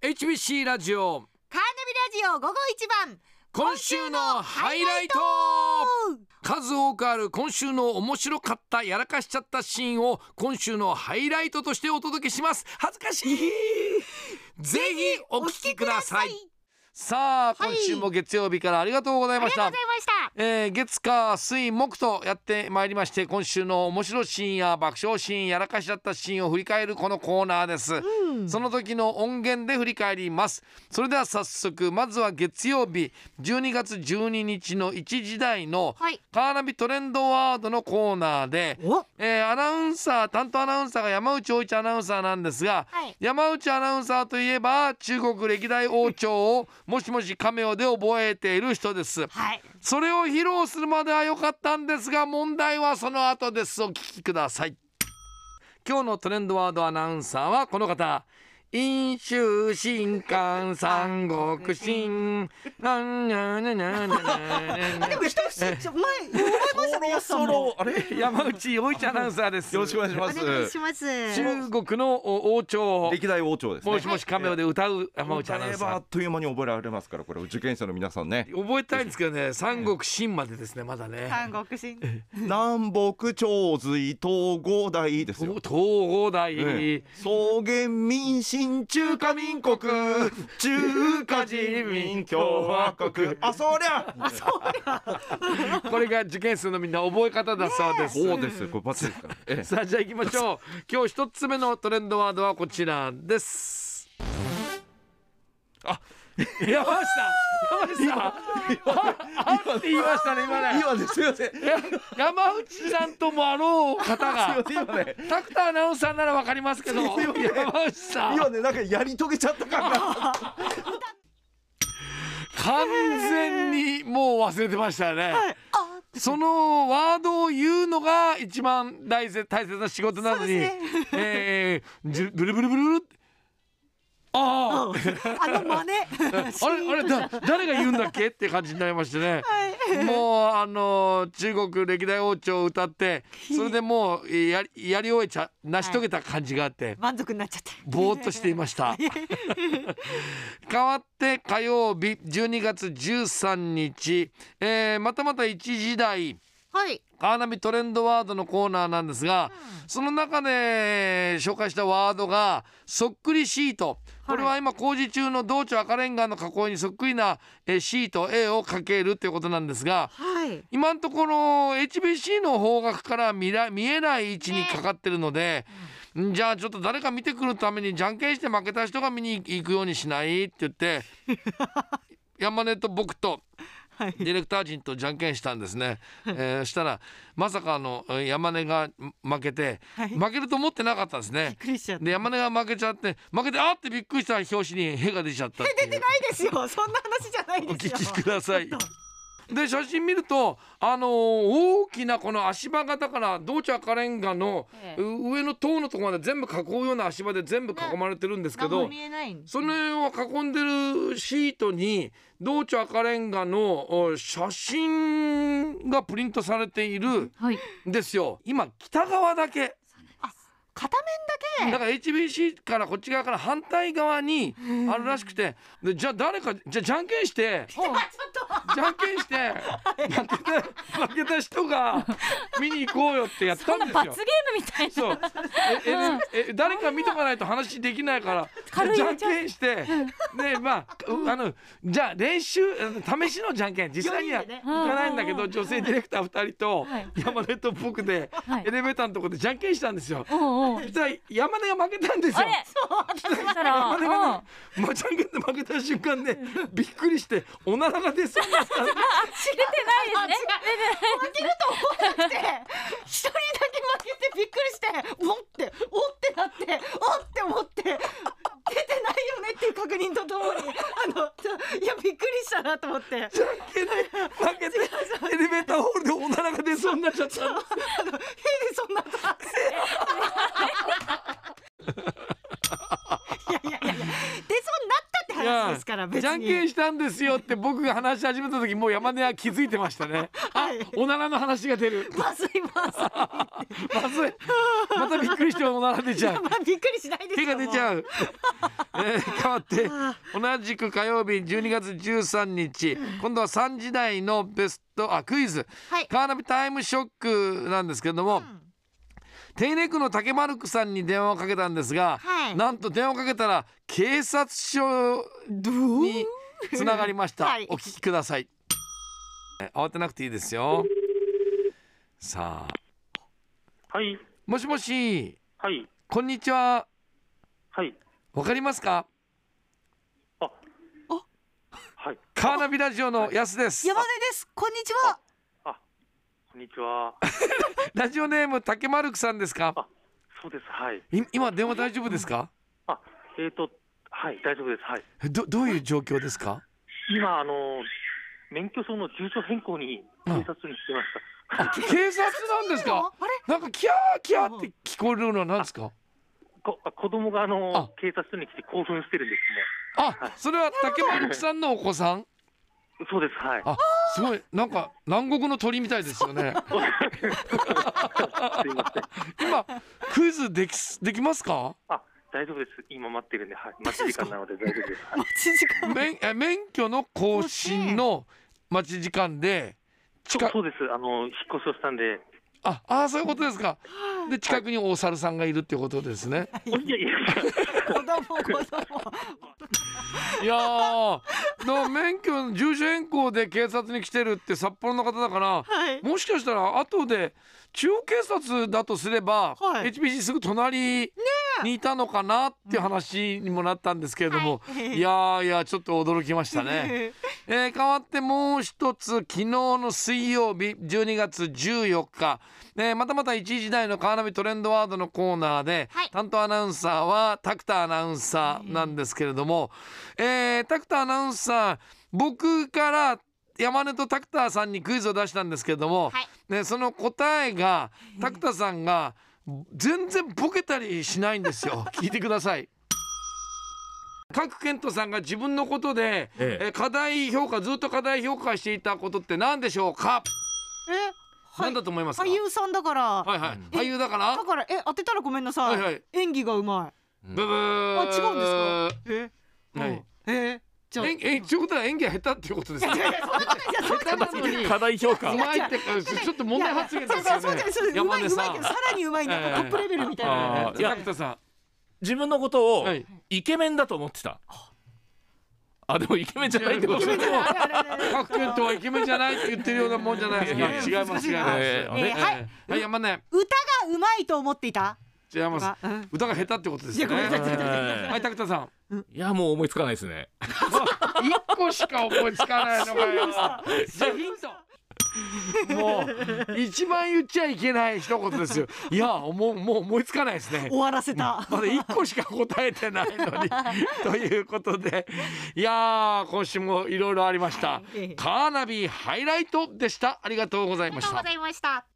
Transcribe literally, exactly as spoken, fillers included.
エイチビーシー ラジオカーナビラジオ午後一番、 今週のハイライト。数多くある今週の面白かったやらかしちゃったシーンを今週のハイライトとしてお届けします。恥ずかしいぜひお聞きください。さあ、はい、今週も月曜日からありがとうございました。 ありがとうございました。 えー、月火水木とやってまいりまして、今週の面白いシーンや爆笑シーン、やらかしだったシーンを振り返るこのコーナーです、うん、その時の音源で振り返ります。それでは早速、まずは月曜日じゅうにがつじゅうににちのいちじ台のカーナビトレンドワードのコーナーで、えー、アナウンサー担当アナウンサーが山内大一アナウンサーなんですが、はい、山内アナウンサーといえば中国歴代王朝をもしもしカメオで覚えている人です、はい、それを披露するまでは良かったんですが、問題はその後です。お聞きください。今日のトレンドワードアナウンサーはこの方。飲酒新刊三国新なんななななな。 でも一つ前覚えましたね。やそろあれ山内陽一アナウンサーです。 よろしくお願いします。 お願いします。 中国の王朝歴代王朝ですね。 もしもしカメオで歌う山内アナウンサー。 あっという間に覚えられますから、これ受験者の皆さんね。 覚えたいんですけどね、三国新までですね、まだね。 三国新。 南北朝水東郷大ですよ。 東郷大。 草原民進中華民国中華人民共和国。あ、そりゃあ、そりゃこれが受験生のみんな覚え方だそうです、 ね、そうです。これバツですから、ええ、 さあじゃあ行きましょう。今日一つ目のトレンドワードはこちらです。あ、山内さん、山内さん、あって言いましたね、今ね。 今ね、すいません。 山内さんともあろう方が、 今ね、 タクターアナウンサーならわかりますけど、山内さん、 今ね、なんかやり遂げちゃった感が完全にもう忘れてましたよね。はい、そのワードを言うのが一番大切大切な仕事なのに、ね、えー、ブルブルブルブルって。ああ、あの真似あれあれだ誰が言うんだっけって感じになりましてね、はい、もうあの中国歴代王朝を歌ってそれでもうやり、やり終えちゃ成し遂げた感じがあって、はい、 満足になっちゃってぼーっとしていました変わって火曜日じゅうにがつじゅうさんにち、えー、またまた一時台、はい、カーナビトレンドワードのコーナーなんですが、うん、その中で紹介したワードがそっくりシート。これは今工事中の道庁赤レンガの囲いにそっくりなシート A をかけるということなんですが、はい、今のところ エイチビーシー の方角から見ら見えない位置にかかってるので、ね、うん、じゃあちょっと誰か見てくるためにじゃんけんして負けた人が見に行くようにしないって言って山根と僕とディレクター陣とじゃんけんしたんですね、はい、えー、したらまさかの山根が負けて、はい、負けると思ってなかったんですね。で山根が負けちゃって負けてあってびっくりした表紙に屁が出ちゃったっていう。 出てないですよ、そんな話じゃないですよ。 お聞きください。で写真見ると、あのー、大きなこの足場がだから道庁赤レンガの上の塔のところまで全部囲うような足場で全部囲まれてるんですけど、そのを囲んでるシートに道庁赤レンガの写真がプリントされているんですよ、はい、今北側だけ、 片面だけだから エイチビーシー からこっち側から反対側にあるらしくて、でじゃあ誰かじゃあじゃんけんしてじゃんけんして負けた負けた人が見に行こうよってやったんですよ。 そんな罰ゲームみたいな。 そうええ、ええ、誰か見とかないと話できないからじゃんけんしてでまああのじゃあ練習試しのじゃんけん実際には行かないんだけど、女性ディレクターふたりと山根と僕でエレベーターのところでじゃんけんしたんですよ。そしたら山根が負けたんですよ。山根がね、まあ、じゃんけんで負けた瞬間ねびっくりしておならが出そうになった。 知れてないですね。負けると思って一人だけ負けてびっくりしておっておってなっておって思って出てないよねっていう確認とともにあのいやびっくりしたなと思って、 じゃんけんで負けてエレベーターホールでおならが出そうになっちゃった。 あのへでそんなとあっていやいやいやいや出そうになったって話ですから別に。 じゃんけんしたんですよって僕が話し始めた時もう山根は気づいてましたね。 はい、 あ、おならの話が出る。 まずいまずいまずい。またびっくりしておなら出ちゃう。 まあびっくりしないですよ。 手が出ちゃう。えー、変わって同じく火曜日じゅうにがつじゅうさんにち、今度はさんじ台のベストあクイズ、はい、カーナビタイムショックなんですけれども、うん、手稲区の竹丸区さんに電話をかけたんですが、はい、なんと電話をかけたら警察署につながりました。はい、お聞きください。慌てなくていいですよ。さあ、はい、 もしもし、 はい、 こんにちは。 はい、 わかりますか？ あ、あ、はい、 カーナビラジオの安です。 山根です。こんにちは。 あ、こんにちは。 ラジオネーム竹丸区さんですか？ あ、そうです。はい。 い今電話大丈夫ですか？ あ、えーと、はい、大丈夫です。はい。 どどういう状況ですか？ 今あの免許証の住所変更に警察に来てました。 警察なんですか？あれ、なんかキャーキャーって聞こえるのは何ですか？ こ子供があのあ警察署に来て興奮してるんですね。あ、はい、それは竹丸区さんのお子さん？ そうです。はい。 あ、すごい、なんか南国の鳥みたいですよね。 すいません。 今クイズできできますか？ あ、大丈夫です。今待ってるんで、はい、待ち時間なので大丈夫です。はい、 待ち時間。 免え免許の更新の待ち時間で近く。そうです。あの引っ越しをしたんで。 ああ、そういうことですか。で近くにお猿さんがいるっていうことですね。 いやいや子供子供。 いやー、の免許の住所変更で警察に来てるって札幌の方だから、はい、もしかしたら後で中央警察だとすれば、はい、エイチピーシー すぐ隣にいたのかなっていう話にもなったんですけれども、はい、いやいやちょっと驚きましたね。えー、変わってもう一つ、昨日の水曜日じゅうにがつじゅうよっか、えー、またまたいちじ台のカーナビトレンドワードのコーナーで、はい、担当アナウンサーはタクタアナウンサーなんですけれども、えー、タクタアナウンサー、僕から山根とタクターさんにクイズを出したんですけれども、はい、ね、その答えがタクターさんが全然ボケたりしないんですよ。聞いてください。賀来賢人さんが自分のことで、ええ、課題評価ずっと課題評価していたことって何でしょうか？え、何だと思いますか？ 俳優さんだから。 はいはい、俳優だからだからえ当てたらごめんなさい、はいはい、演技がうまい。 ブブー。 あ、違うんですか？え、 はい、 えじゃあ、 ええということは演技が下手っていうことですか？ 下手なのに課題評価うまいってちょっと問題発言ですよね。山根さん、 さらにうまいんだ、トップレベルみたいな。 タクタさん、 自分のことをイケメンだと思ってた。あ、でもイケメンじゃないってことですね。 賀来賢人はイケメンじゃないって言ってるようなもんじゃないですか。違います違います。はい、山根、 歌がうまいと思っていた。 違います。歌が下手ってことですね。はい、タクタさん。 いや、もう思いつかないですね。 一個しか思いつかないのかよ。じゃあヒント。もう一番言っちゃいけない一言ですよ。いや、もうもう思いつかないですね。 終わらせた。 まだ一個しか答えてないのにということで、いや今週もいろいろありました。カーナビハイライトでした。ありがとうございました。 ありがとうございました。